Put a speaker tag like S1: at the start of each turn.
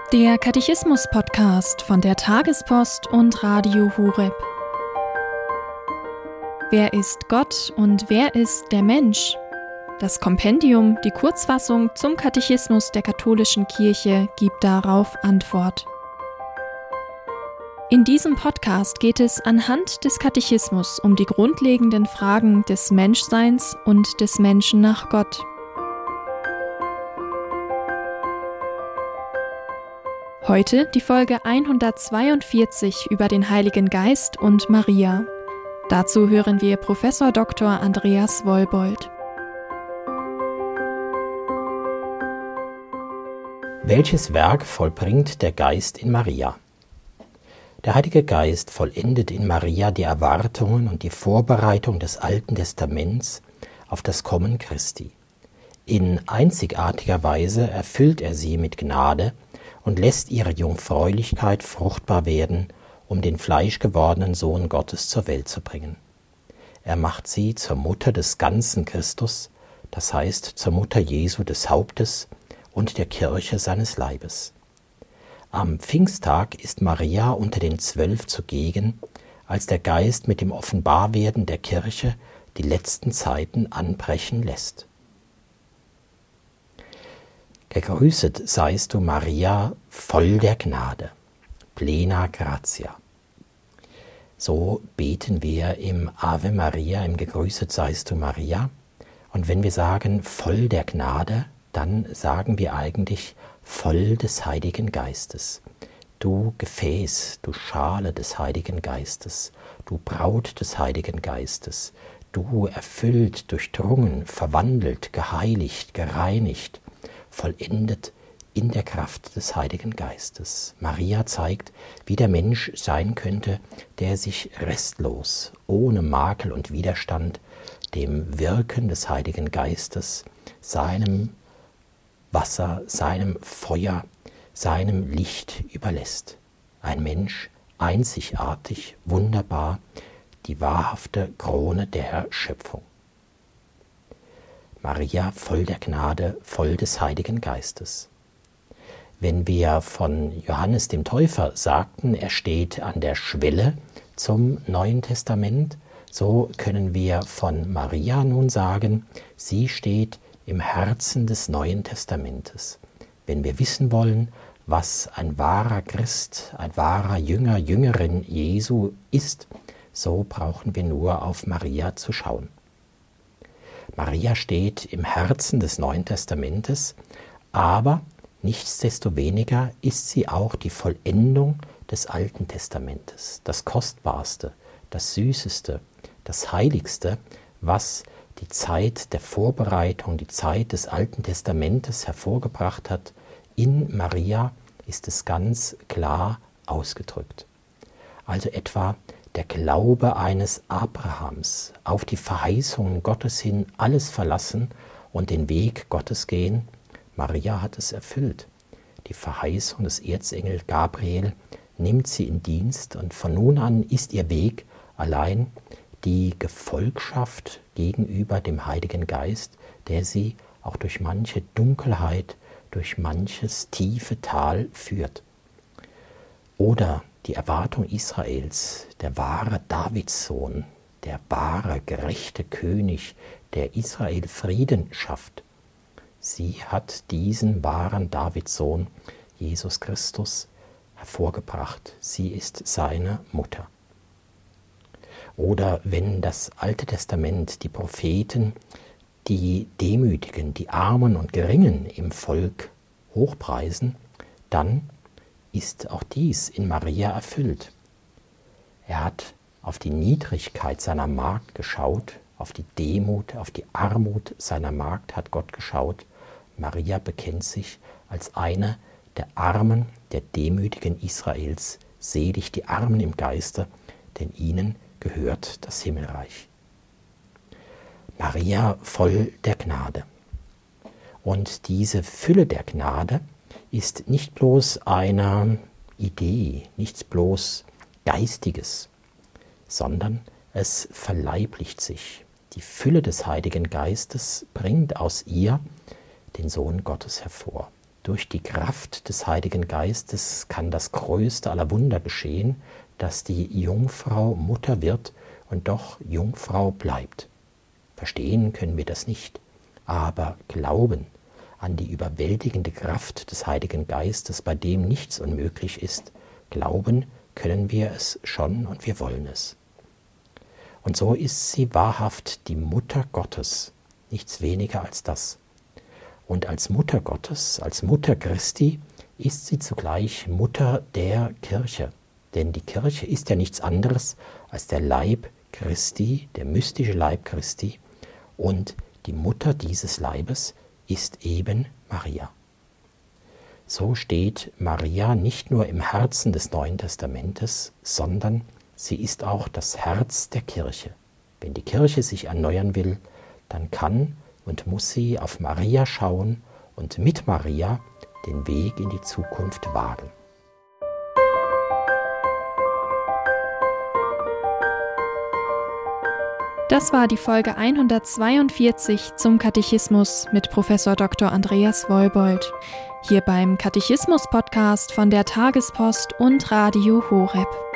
S1: Der Katechismus-Podcast von der Tagespost und Radio Horeb. Wer ist Gott und wer ist der Mensch? Das Kompendium, die Kurzfassung zum Katechismus der katholischen Kirche, gibt darauf Antwort. In diesem Podcast geht es anhand des Katechismus um die grundlegenden Fragen des Menschseins und des Menschen nach Gott. Heute die Folge 142 über den Heiligen Geist und Maria. Dazu hören wir Professor Dr. Andreas Wollbold.
S2: Welches Werk vollbringt der Geist in Maria? Der Heilige Geist vollendet in Maria die Erwartungen und die Vorbereitung des Alten Testaments auf das Kommen Christi. In einzigartiger Weise erfüllt er sie mit Gnade und lässt ihre Jungfräulichkeit fruchtbar werden, um den fleischgewordenen Sohn Gottes zur Welt zu bringen. Er macht sie zur Mutter des ganzen Christus, das heißt zur Mutter Jesu des Hauptes und der Kirche seines Leibes. Am Pfingsttag ist Maria unter den 12 zugegen, als der Geist mit dem Offenbarwerden der Kirche die letzten Zeiten anbrechen lässt. Gegrüßet seist du, Maria, voll der Gnade, plena gratia. So beten wir im Ave Maria, im Gegrüßet seist du, Maria. Und wenn wir sagen voll der Gnade, dann sagen wir eigentlich voll des Heiligen Geistes. Du Gefäß, du Schale des Heiligen Geistes, du Braut des Heiligen Geistes, du erfüllt, durchdrungen, verwandelt, geheiligt, gereinigt, vollendet in der Kraft des Heiligen Geistes. Maria zeigt, wie der Mensch sein könnte, der sich restlos, ohne Makel und Widerstand, dem Wirken des Heiligen Geistes, seinem Wasser, seinem Feuer, seinem Licht überlässt. Ein Mensch, einzigartig, wunderbar, die wahrhafte Krone der Schöpfung. Maria, voll der Gnade, voll des Heiligen Geistes. Wenn wir von Johannes dem Täufer sagten, er steht an der Schwelle zum Neuen Testament, so können wir von Maria nun sagen, sie steht im Herzen des Neuen Testamentes. Wenn wir wissen wollen, was ein wahrer Christ, ein wahrer Jünger, Jüngerin Jesu ist, so brauchen wir nur auf Maria zu schauen. Maria steht im Herzen des Neuen Testamentes, aber nichtsdestoweniger ist sie auch die Vollendung des Alten Testamentes, das Kostbarste, das Süßeste, das Heiligste, was die Zeit der Vorbereitung, die Zeit des Alten Testamentes hervorgebracht hat. In Maria ist es ganz klar ausgedrückt. Also etwa der Glaube eines Abrahams, auf die Verheißungen Gottes hin alles verlassen und den Weg Gottes gehen. Maria hat es erfüllt. Die Verheißung des Erzengel Gabriel nimmt sie in Dienst und von nun an ist ihr Weg allein die Gefolgschaft gegenüber dem Heiligen Geist, der sie auch durch manche Dunkelheit, durch manches tiefe Tal führt. Oder die Erwartung Israels, der wahre Davidssohn, der wahre, gerechte König, der Israel Frieden schafft. Sie hat diesen wahren Davidssohn, Jesus Christus, hervorgebracht. Sie ist seine Mutter. Oder wenn das Alte Testament, die Propheten, die Demütigen, die Armen und Geringen im Volk hochpreisen, dann ist auch dies in Maria erfüllt. Er hat auf die Niedrigkeit seiner Magd geschaut, auf die Demut, auf die Armut seiner Magd hat Gott geschaut. Maria bekennt sich als eine der Armen, der Demütigen Israels, selig die Armen im Geiste, denn ihnen gehört das Himmelreich. Maria voll der Gnade. Und diese Fülle der Gnade ist nicht bloß eine Idee, nichts bloß Geistiges, sondern es verleiblicht sich. Die Fülle des Heiligen Geistes bringt aus ihr den Sohn Gottes hervor. Durch die Kraft des Heiligen Geistes kann das größte aller Wunder geschehen, dass die Jungfrau Mutter wird und doch Jungfrau bleibt. Verstehen können wir das nicht, aber glauben an die überwältigende Kraft des Heiligen Geistes, bei dem nichts unmöglich ist, glauben können wir es schon und wir wollen es. Und so ist sie wahrhaft die Mutter Gottes, nichts weniger als das. Und als Mutter Gottes, als Mutter Christi, ist sie zugleich Mutter der Kirche. Denn die Kirche ist ja nichts anderes als der Leib Christi, der mystische Leib Christi. Und die Mutter dieses Leibes ist eben Maria. So steht Maria nicht nur im Herzen des Neuen Testamentes, sondern sie ist auch das Herz der Kirche. Wenn die Kirche sich erneuern will, dann kann und muss sie auf Maria schauen und mit Maria den Weg in die Zukunft wagen.
S1: Das war die Folge 142 zum Katechismus mit Professor Dr. Andreas Wollbold. Hier beim Katechismus-Podcast von der Tagespost und Radio Horeb.